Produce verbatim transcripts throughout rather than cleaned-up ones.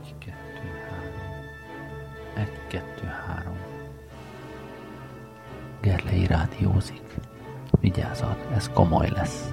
Egy, kettő, három. Egy, kettő, három. Gerlei rádiózik. Vigyázat, ez komoly lesz.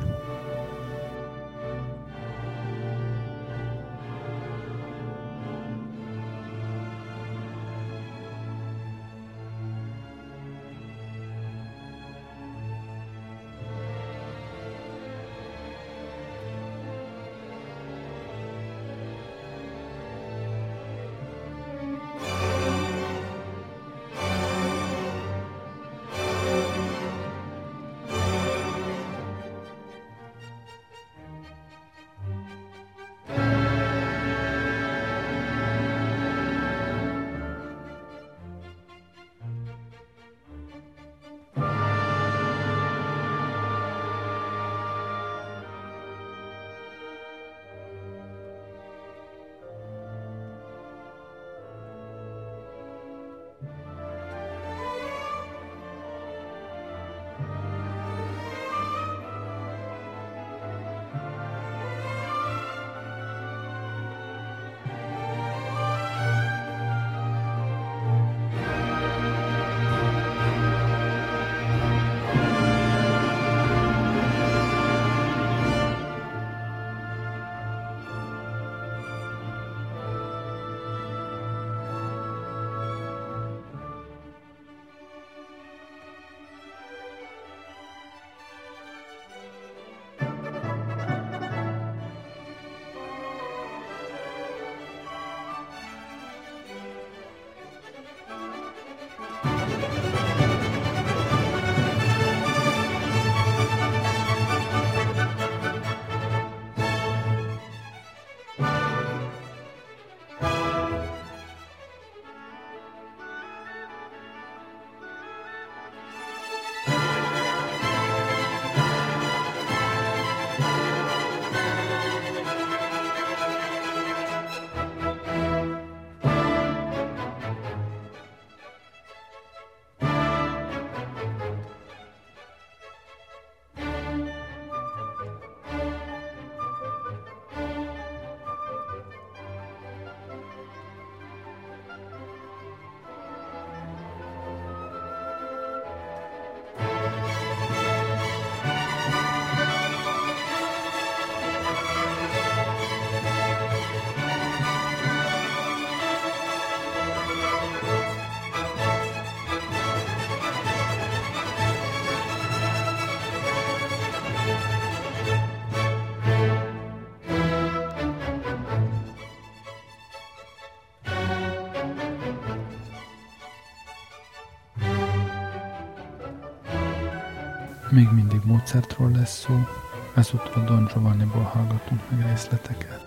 Még mindig Mozartról lesz szó, ezúttal Don Giovanniból hallgatunk meg részleteket.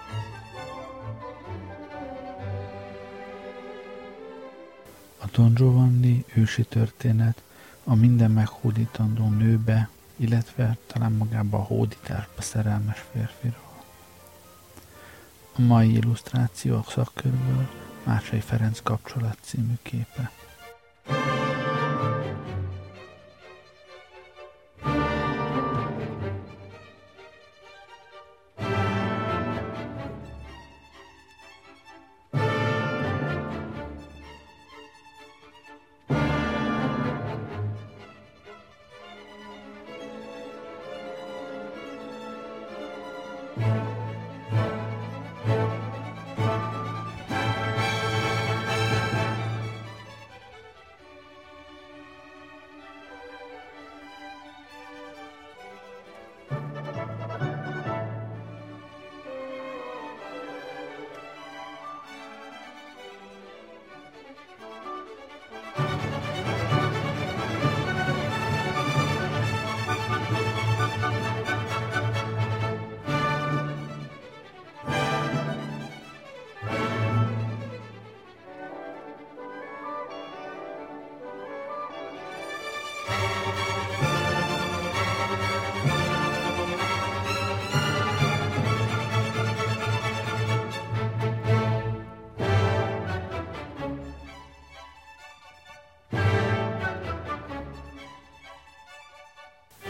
A Don Giovanni ősi történet a minden meghódítandó nőbe, illetve talán magába a hódításba szerelmes férfiról. A mai illusztráció a szakkörből Mácsai Ferenc Kapcsolat című képe.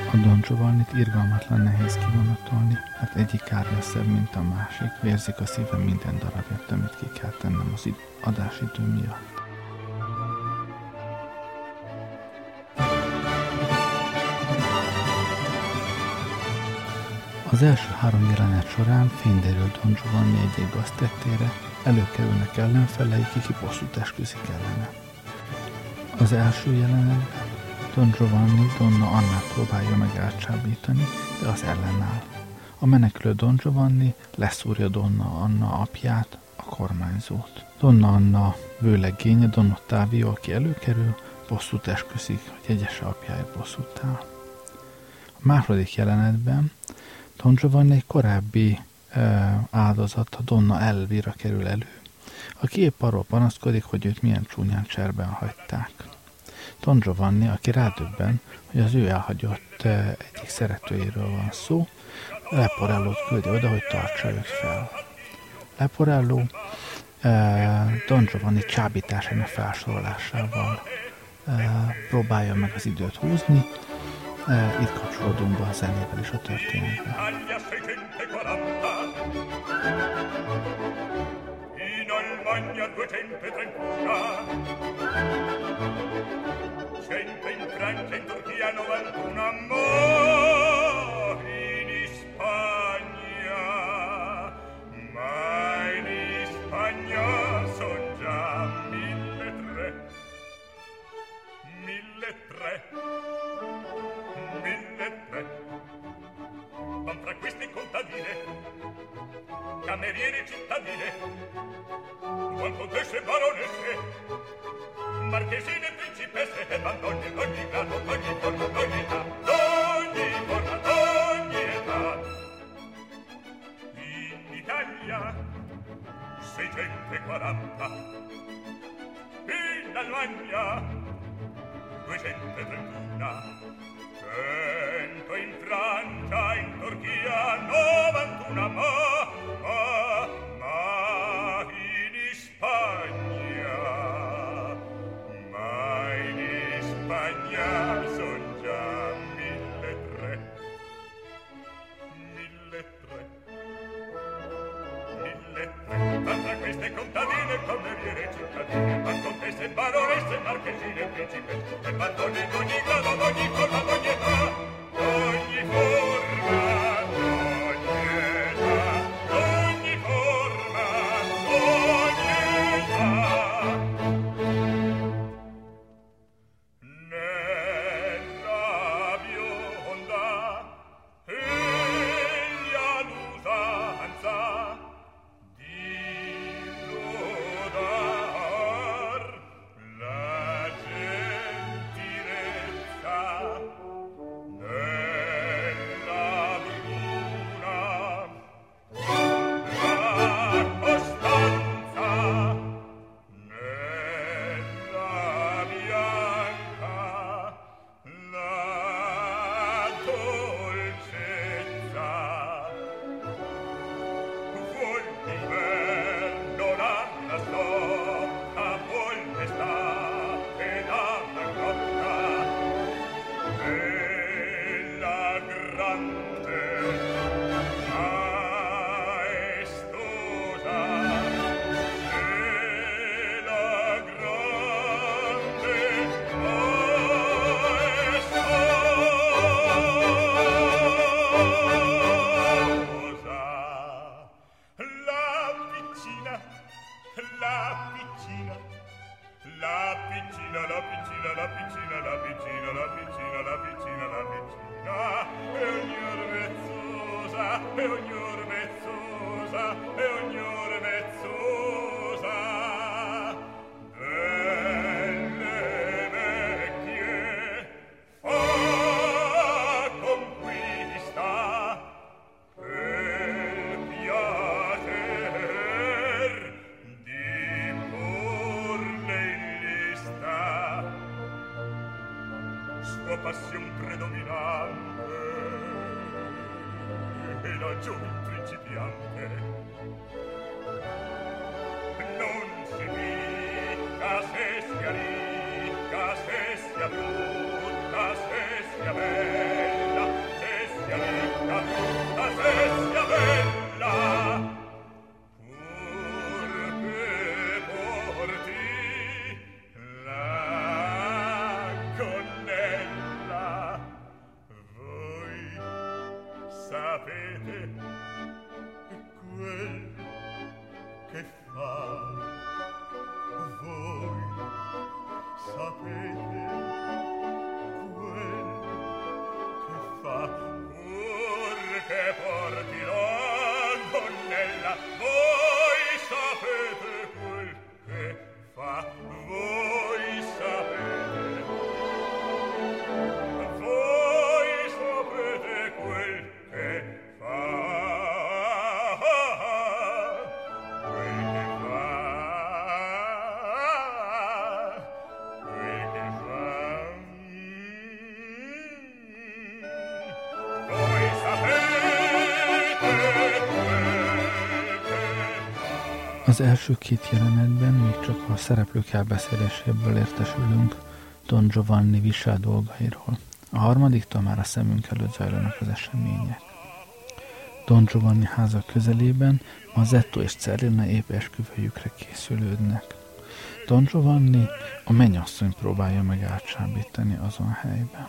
A Don Giovannit irgalmatlan nehéz kivonatolni, hát egyik árnya szebb, mint a másik, vérzik a szívem minden darabját, amit ki kell tennem az adásidő miatt. Az első három jelenet során fényderül Don Giovanni egy-egy gaztettére, előkerülnek ellenfelei, kik bosszút esküszik ellene. Az első jelenetben Don Giovanni Donna Annát próbálja meg elcsábítani, de az ellenáll. A menekülő Don Giovanni leszúrja Donna Anna apját, a kormányzót. Donna Anna vőlegénye Don Ottavio, aki előkerül, bosszút esküszik, hogy egyese apjáért bosszút áll. A második jelenetben Don Giovanni egy korábbi e, áldozat, a Donna Elvira kerül elő, aki épp arról panaszkodik, hogy őt milyen csúnyán cserben hagyták. Don Giovanni, aki rádöbben, hogy az ő elhagyott e, egyik szeretőjéről van szó, Leporellót küldi oda, hogy tartsa őt fel. Leporelló e, Don Giovanni csábításának felsorolásával e, próbálja meg az időt húzni. E, itt kapcsolódunk be a zenével is a történetben. Cameriere cittadine, buon contesse e baronesse, marchesine e principesse, e bandonne d'ogni grado, d'ogni forma, d'ogni età, d'ogni forma, d'ogni età. In Italia seicentoquaranta, in Almagna duecentotrentuno, cento in Francia, in Turchia novantuno, ma Ma, ma in Spagna, ma in Spagna son già mille tre, mille tre, mille tre. Ma tra queste contadine, cameriere cittadine, ma contesse, baronesse, marchesine, principesse, e bandone d'ogni grado, d'ogni forma, d'ogni età, d'ogni forma, passion predominante e la giovin principiante non si dica se sia ricca, se sia brutta, se sia bella, sia ricca, tutta se sia bella, pur che porti la gonnella. Voi sapete quel che fa, voi sapete quel che fa, pur che porti la gonnella. Voi sapete quel che fa, voi sapete, voi sapete quel che fa, quel che fa, quel che fa. Voi sapete quel che fa. Az első két jelenetben még csak a szereplők elbeszéléséből értesülünk Don Giovanni visel dolgairól. A harmadiktól már a szemünk előtt zajlanak az események. Don Giovanni háza közelében Mazzetto és Zerlina épp esküvőjükre készülődnek. Don Giovanni a mennyasszony próbálja meg átsábítani azon helyben.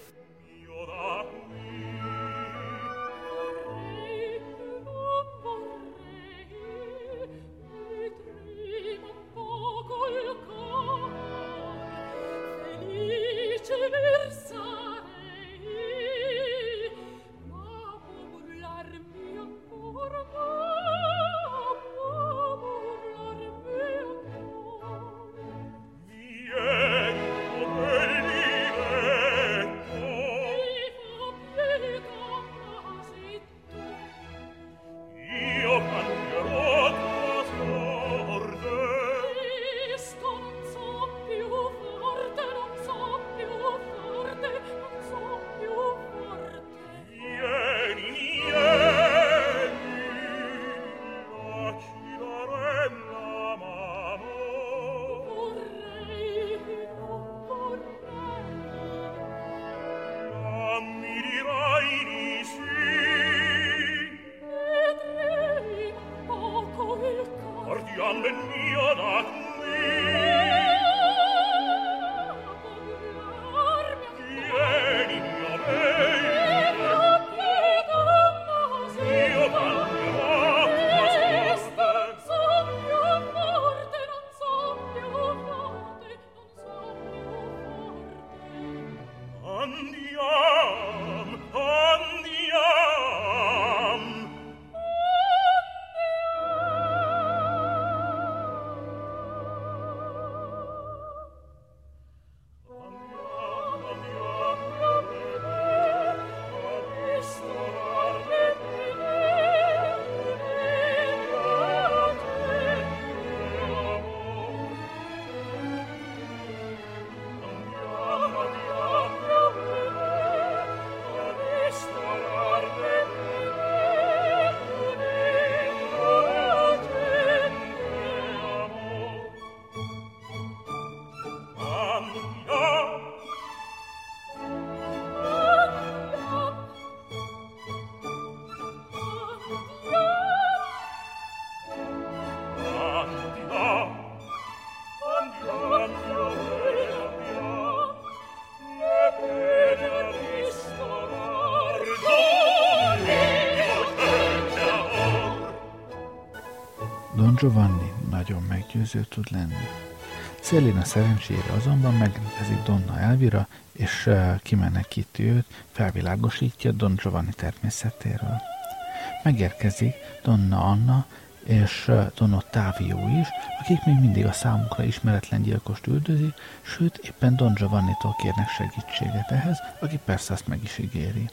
Don Giovanni nagyon meggyőző tud lenni. Zerlina szerencsére azonban megrendezik Donna Elvira, és uh, kimenekíti őt, felvilágosítja Don Giovanni természetéről. Megérkezik Donna Anna és uh, Don Ottavio is, akik még mindig a számukra ismeretlen gyilkost üldözik, sőt éppen Don Giovannitól kérnek segítséget ehhez, aki persze azt meg is ígéri.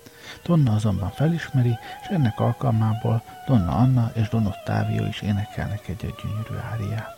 Donna azonban felismeri, és ennek alkalmából Donna Anna és Don Ottavio is énekelnek egy gyönyörű áriát.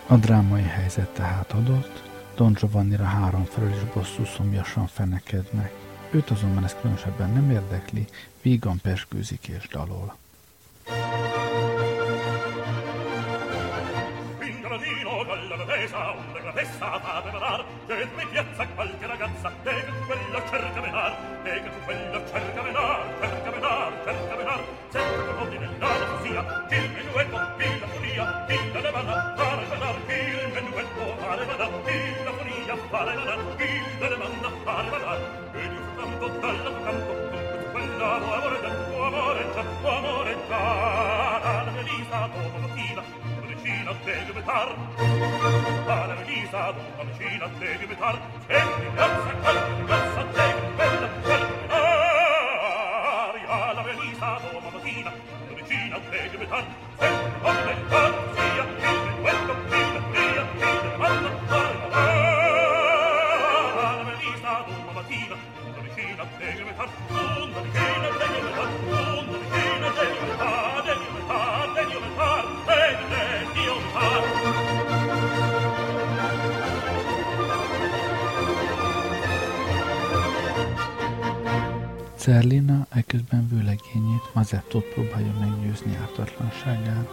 A drámai helyzet tehát adott, Don Giovannira három felelős bosszú szomjasan fenekednek. Őt azonban ez különösebben nem érdekli, vígan pezsgőzik és dalol. Zerlina eközben vőlegényét, Mazettót próbálja meggyőzni ártatlanságán.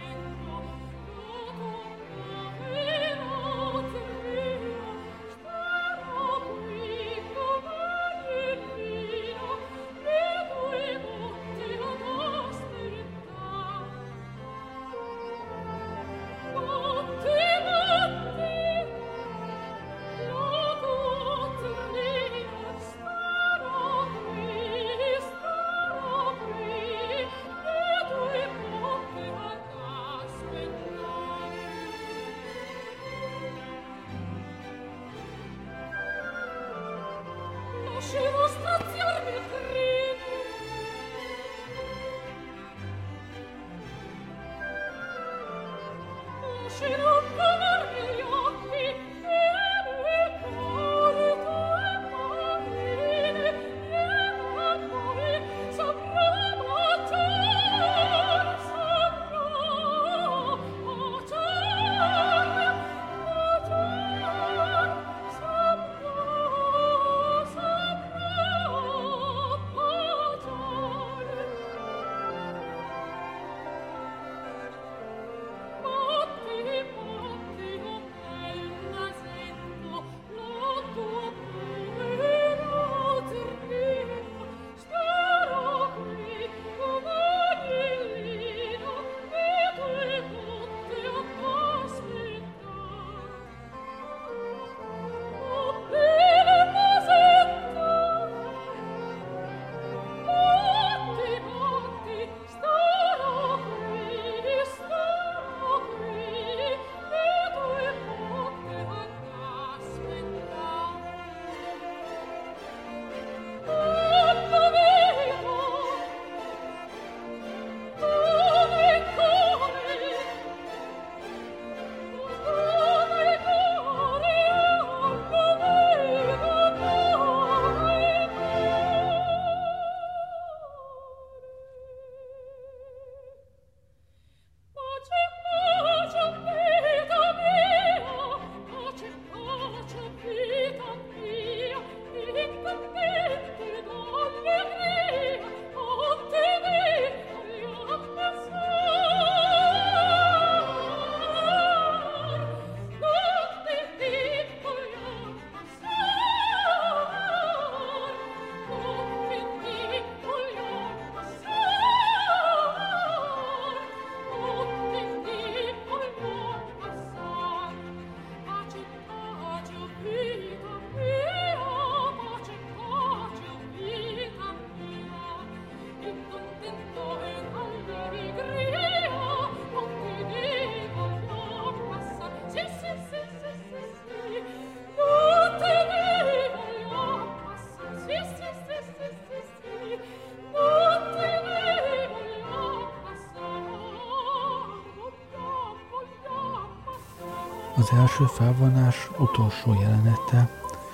Az első felvonás utolsó jelenete,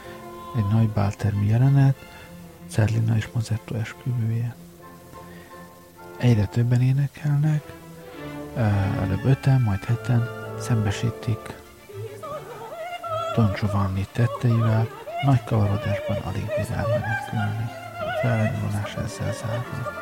egy nagy báltermi jelenet, Zerlina és Mazetto esküvője. Egyre többen énekelnek, előbb öten, majd heten, szembesítik Don Giovanni tetteivel, nagy kavarodásban alig bír elmenekülni. A felvonás ezzel zárul.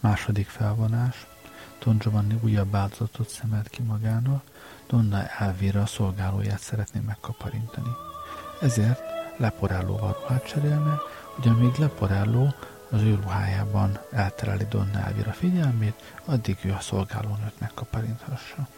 Második felvonás. Don Giovanni újabb áldozatot szemelt ki magának, Donna Elvira szolgálóját szeretné megkaparintani. Ezért Leporellóval ruhát cserélne, hogy amíg Leporelló az ő ruhájában eltereli Donna Elvira figyelmét, addig ő a szolgálónőt megkaparinthassa.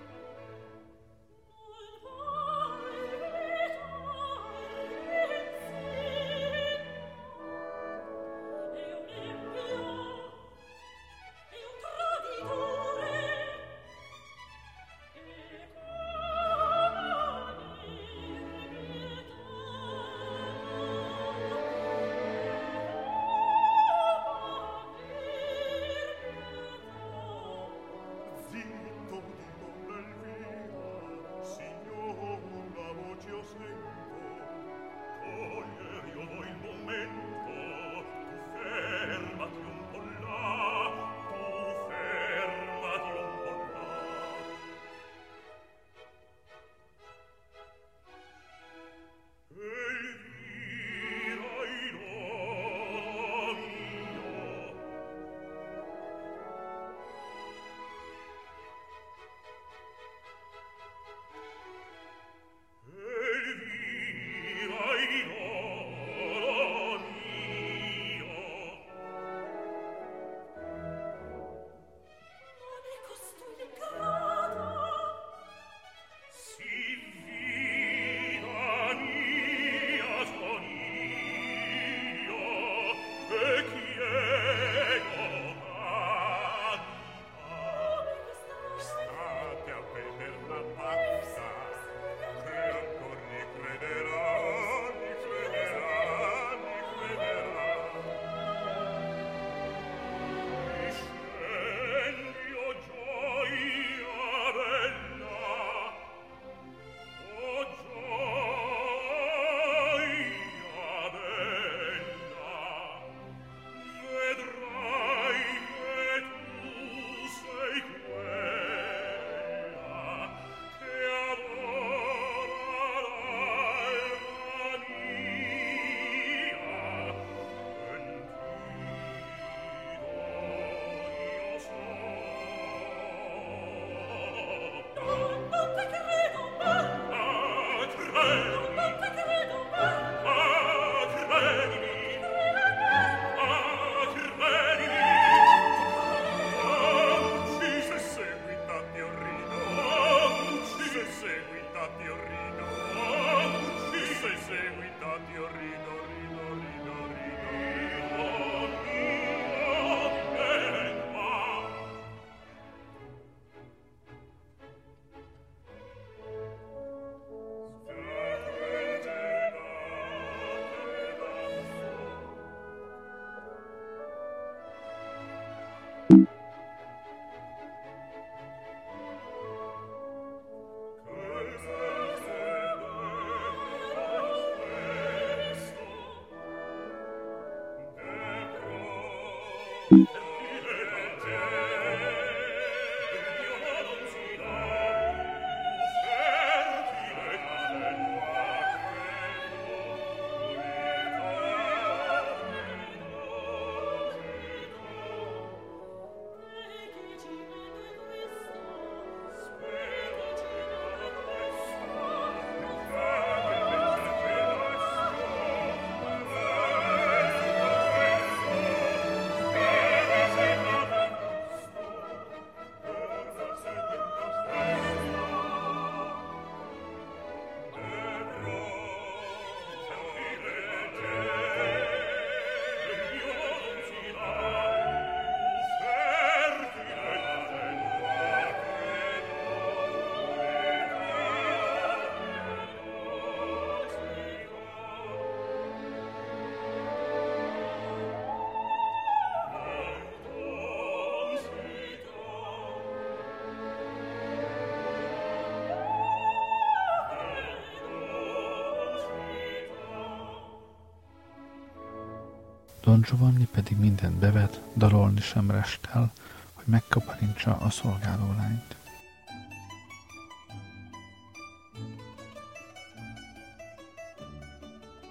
Don Giovanni pedig mindent bevet, dalolni sem restel, hogy megkaparintsa a szolgálólányt.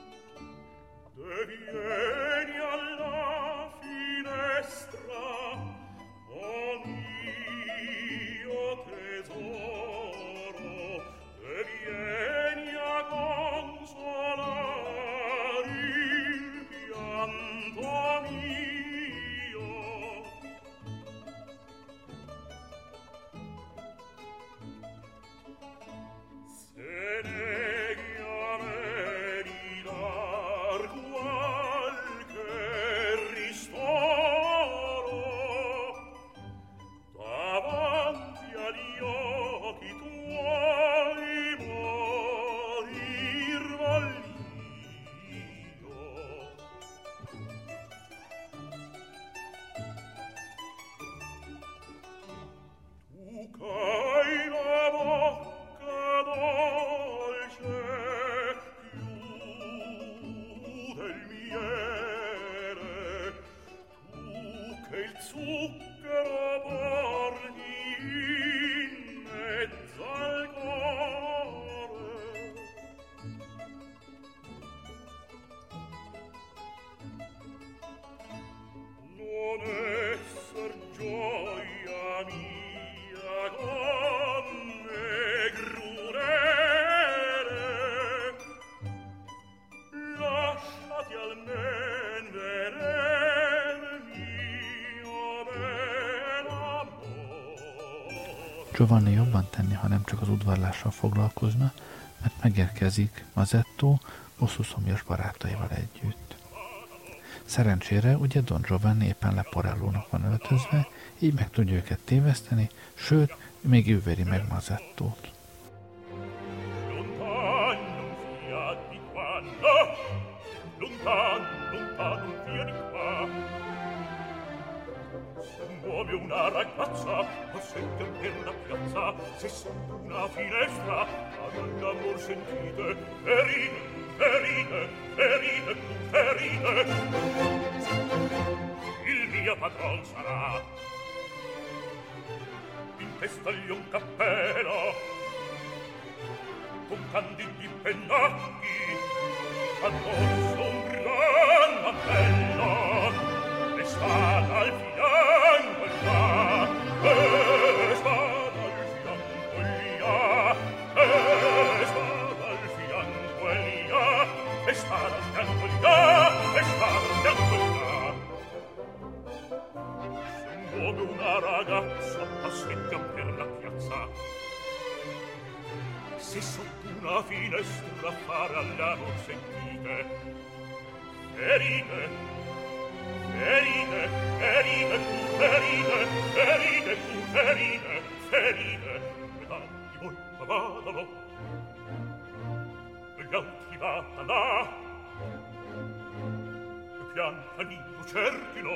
Vieni alla finestra Giovanni jobban tenni, ha nem csak az udvarlással foglalkozna, mert megérkezik Mazetto bosszúszomjas barátaival együtt. Szerencsére ugye Don Giovanni éppen Leporellónak van öltözve, így meg tudja őket téveszteni, sőt, még ő veri meg Mazettót. Muove una ragazza, lo sente per la piazza, se sotto una finestra, ad un amor sentite, ferite, ferite, ferite, ferite. Il mio padron sarà, in testa gli un cappello, con candidi pennacchi, addosso un gran mantello, e spada al fianco là, e spada al fianco là, e spada al fianco là, e spada al fianco là, e spada al fianco là. Se muove una ragazza, passeggia per la piazza, se sotto una finestra fare all'amor sentite, ferite, ferite, ferite, ferite, ferite, ferite, ferite, metà di voi vadano, e gli altri vada là, e pian pianino cerchino,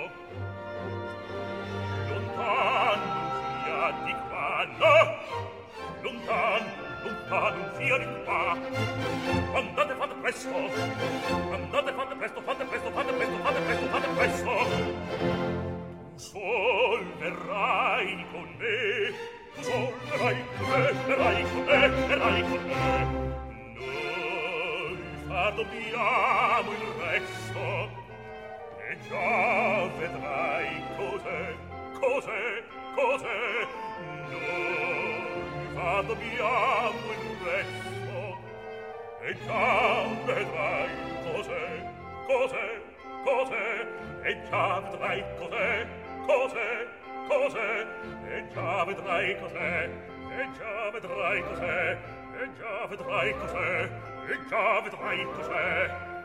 lontano via di qua, no, lontano, lontano via di qua, andate fate presto, andate fate presto, fate presto, fate presto, fate presto, fate presto. Tu sol verrai con me, tu sol verrai con me, verrai con me, verrai con me. Noi far dobbiamo il resto, e già vedrai cos'è, cos'è, cos'è. Noi far dobbiamo il resto, e già vedrai cos'è, cos'è, cos'è, e già vedrai cos'è, cos'è, cos'è, e già vedrai cos'è, e già vedrai cos'è, e già vedrai cos'è, e già vedrai cos'è.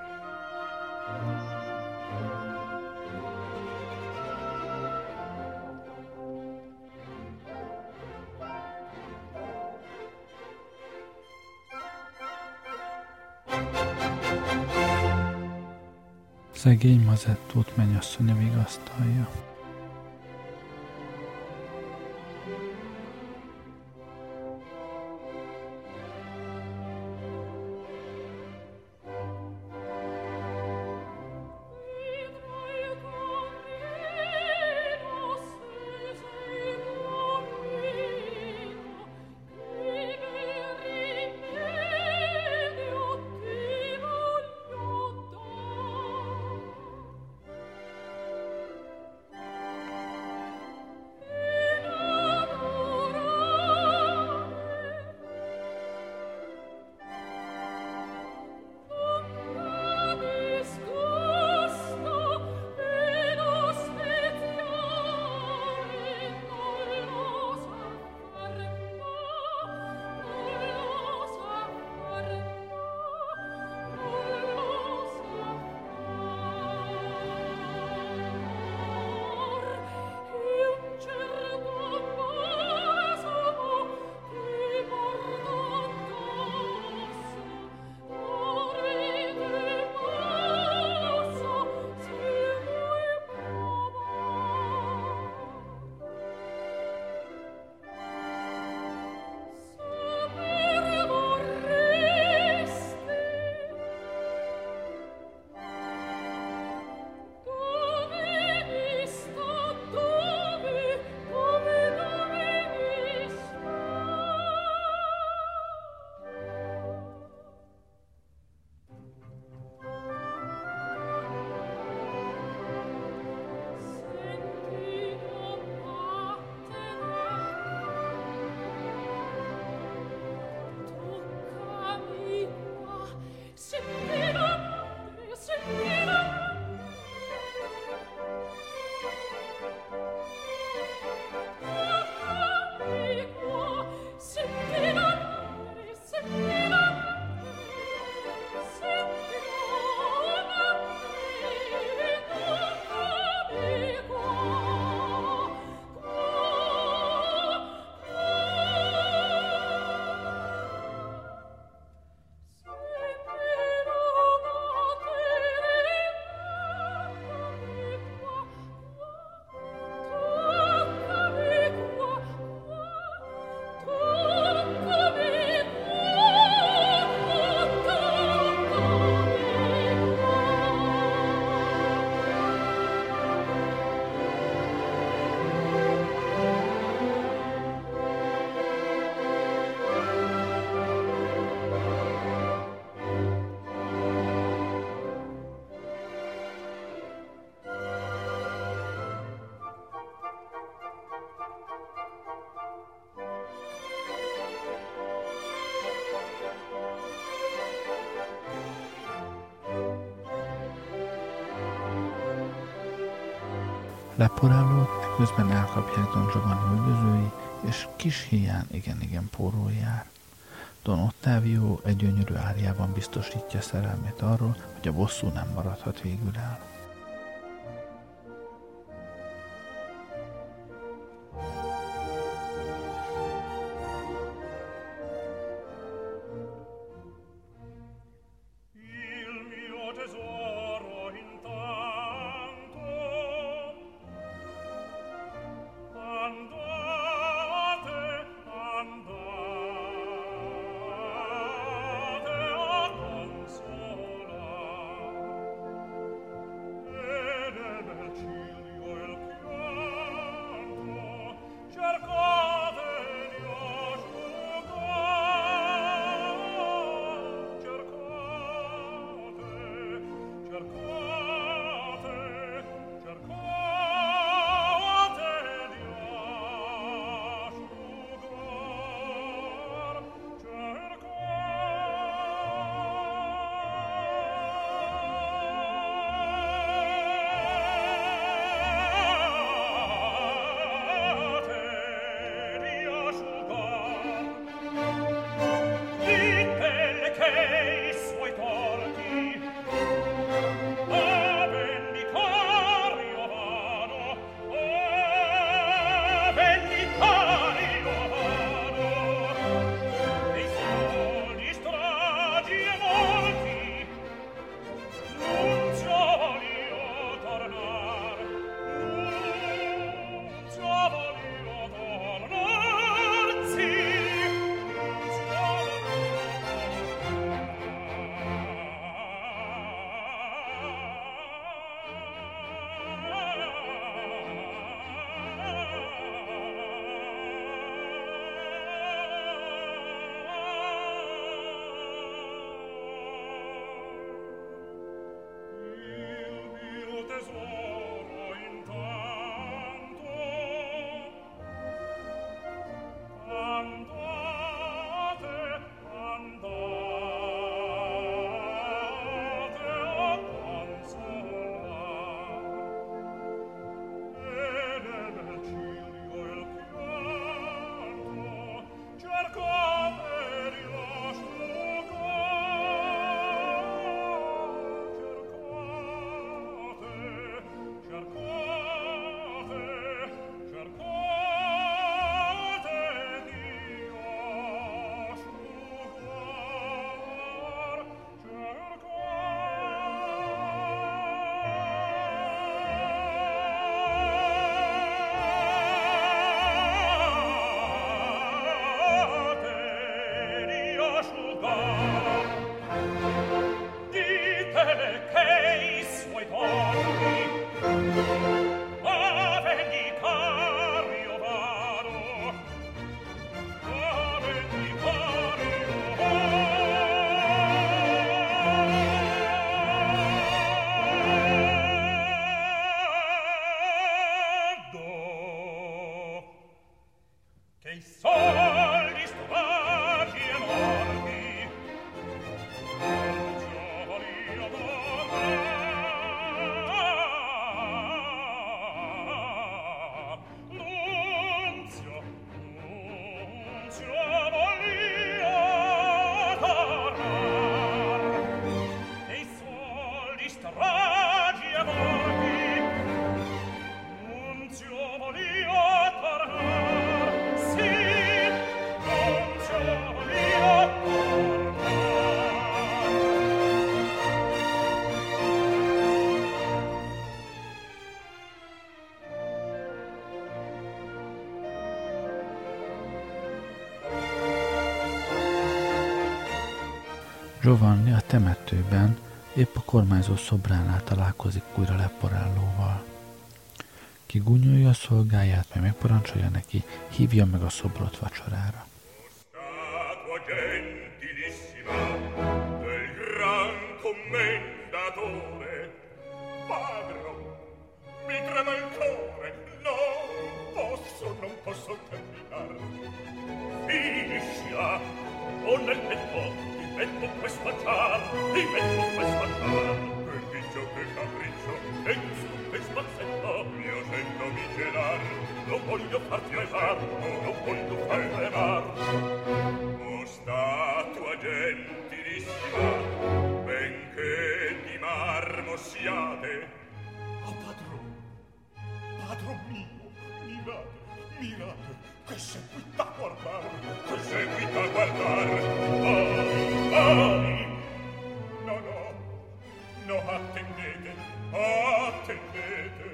Szegény Mazettót mennyasszonya vigasztalja. Leporellót közben elkapják Don Giovanni üldözői, és kis híján igen-igen pórul jár. Don Ottavio egy gyönyörű áriában biztosítja szerelmét arról, hogy a bosszú nem maradhat végül el. Giovanni a temetőben épp a kormányzó szobránál találkozik újra Leporellóval. Kigúnyolja a szolgáját, majd megparancsolja neki, hívja meg a szobrot vacsorára. Metto questa ciar, ti metto questa ciar, per il gioco e capriccio, e su questo spazzetto, mio sento voglio farti pesar, non voglio far tremar. O statua gentilissima, benché di marmo siate. Oh, padron, padron mio, mirate, mirate, che seguita a guardar, che seguita a guardar. Ai, ai, no, no, no, attendete, attendete.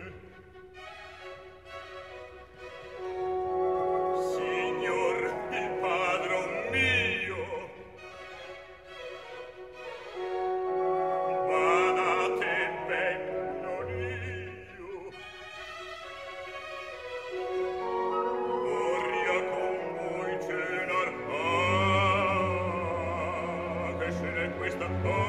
Signor, il padron mio, badate ben non io. Vorria con voi cenar, ah, che se n'è questa, ah,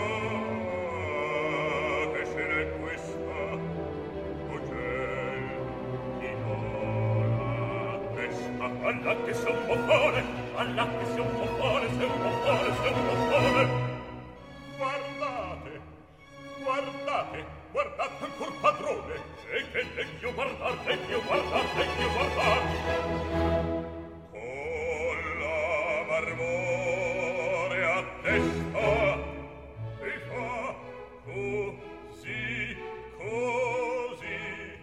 che se n'è questa, o gel, chi vola testa. Alla che sei un boffone, alla che sei un boffone, sei un boffone, sei un boffone. Guardate, guardate, guardate ancor padrone, e che legno guardar, legno guardar, legno guardar. Con la marmore a testa, e fa così, così.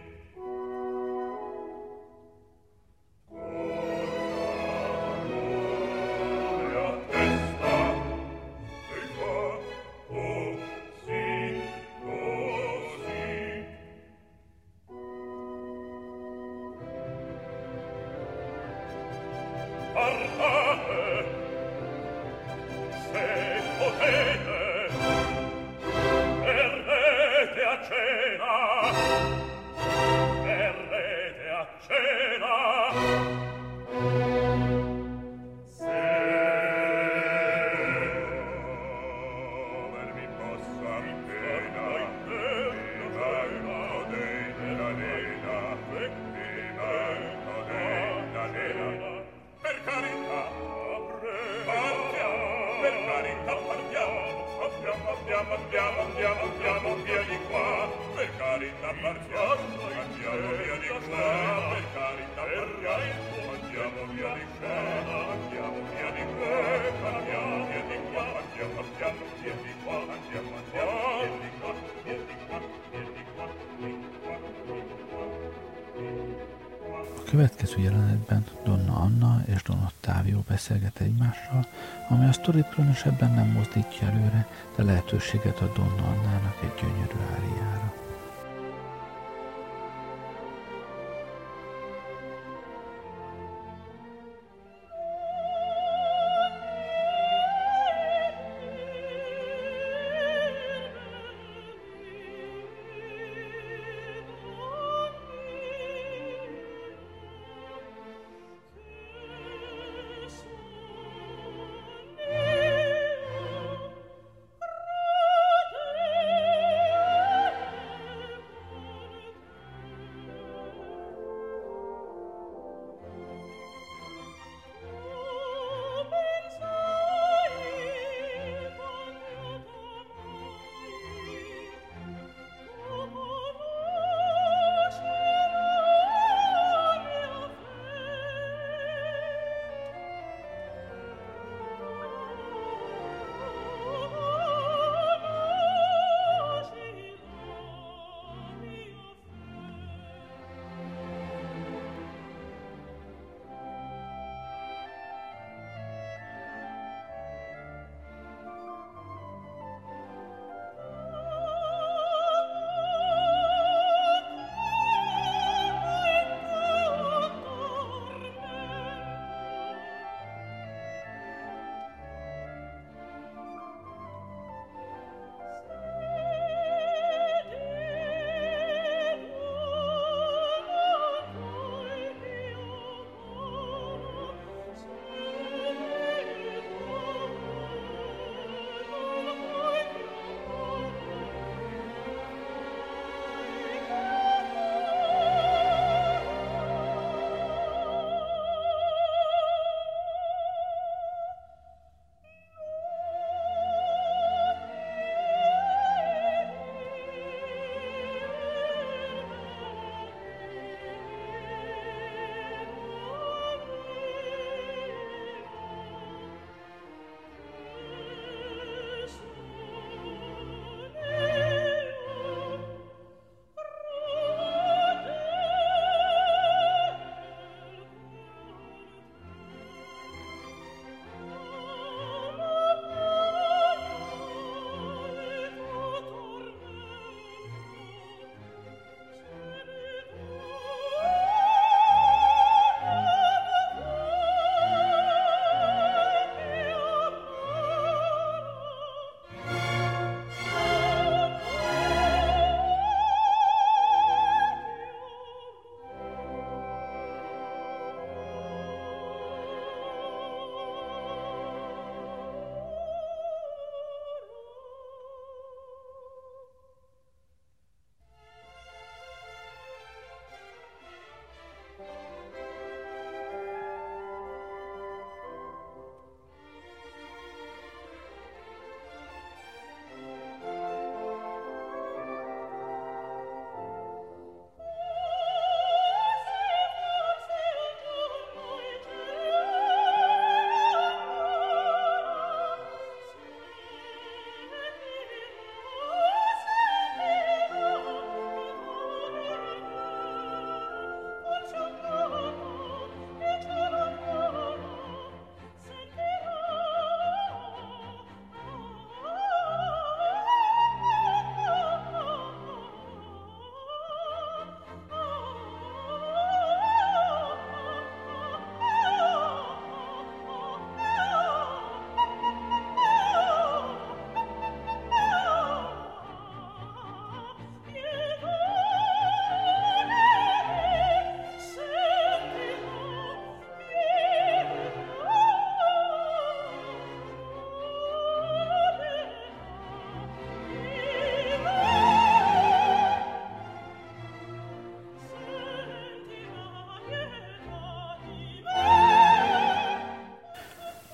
A következő jelenetben Donna Anna és Don Ottavio beszélget egymással, ami a sztorit különösebben nem mozdítja előre, de lehetőséget ad Donna Annának egy gyönyörű áriára. Thank you.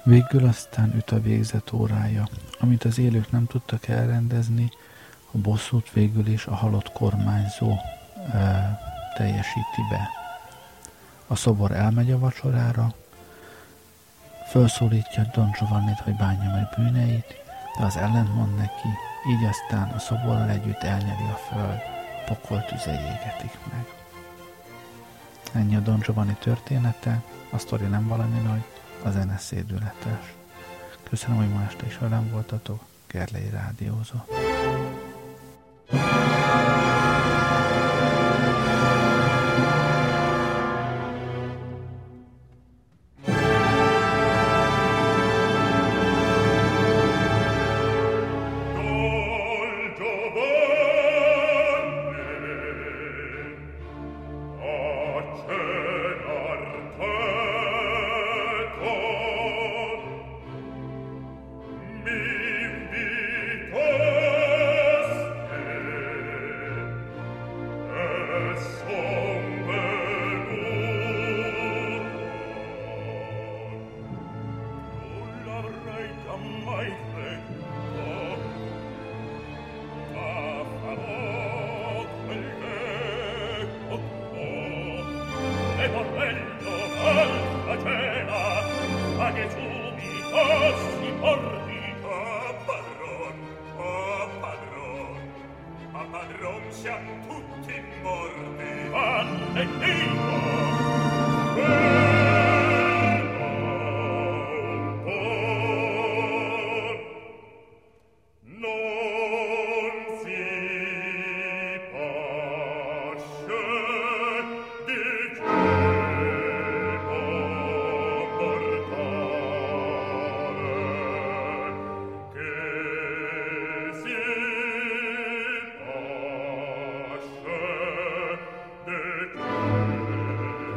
Végül aztán üt a végzet órája, amit az élők nem tudtak elrendezni, a bosszút végül is a halott kormányzó e, teljesíti be. A szobor elmegy a vacsorára, felszólítja Don Giovannit, hogy bánja meg bűneit, de az ellentmond neki, így aztán a szoborral együtt elnyeli a föld, pokol tüzei égetik meg. Ennyi a Don Giovanni története, a sztori nem valami nagy, a zene szédületes. Köszönöm, hogy ma este is velem voltatok, Gerlei rádiózott. Thank you.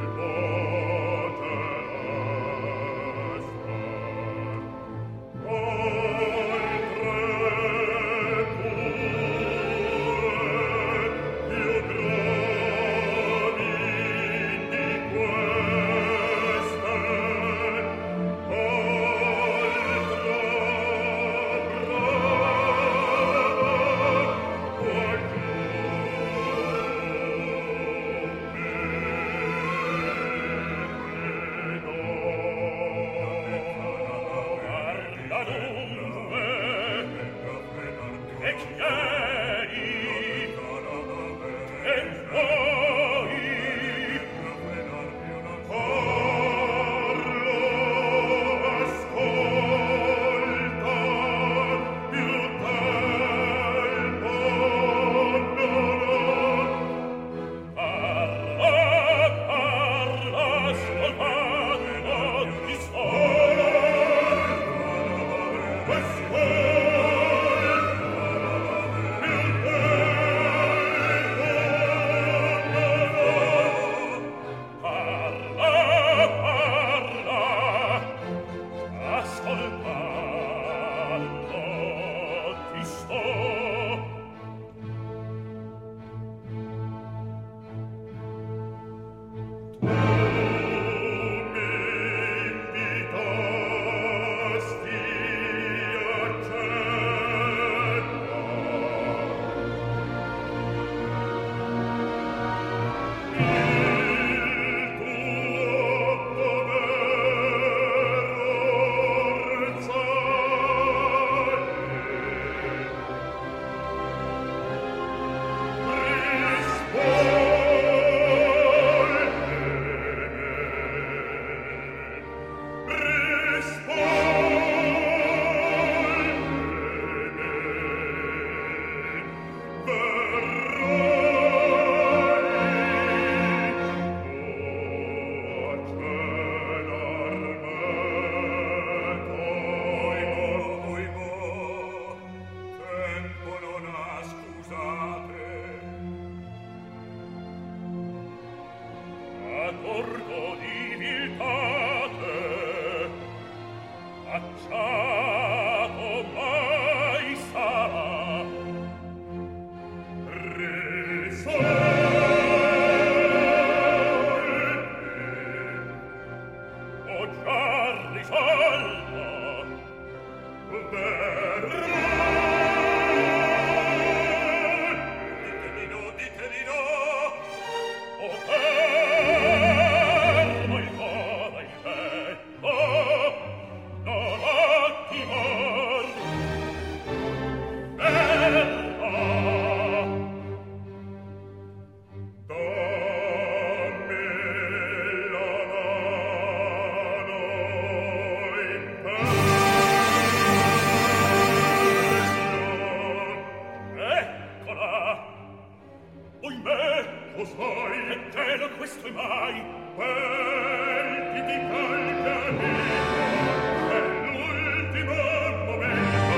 ecco sai, che telo questo è mai, quel che ti calca vivo, è l'ultimo momento,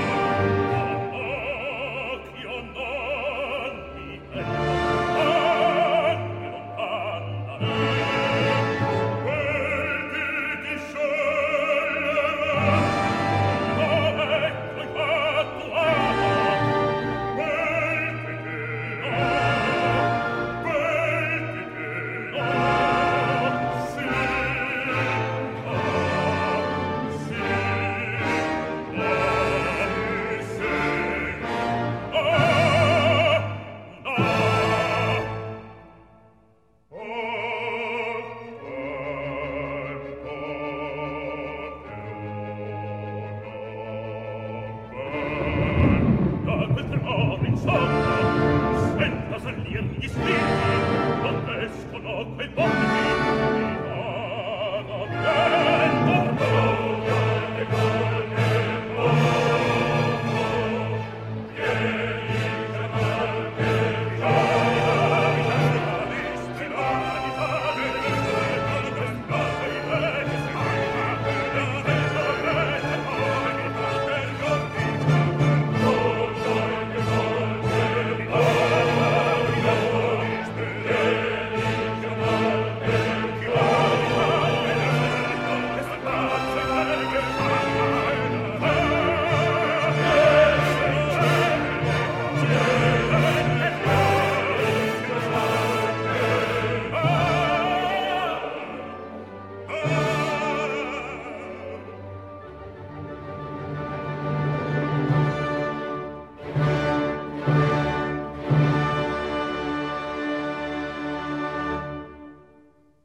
oh, che io non mi vedo, anni lontana, quel che ti sceglierà, oh, ecco il fatto amo, quel che te Senta sallir gli spiriti, non escono quei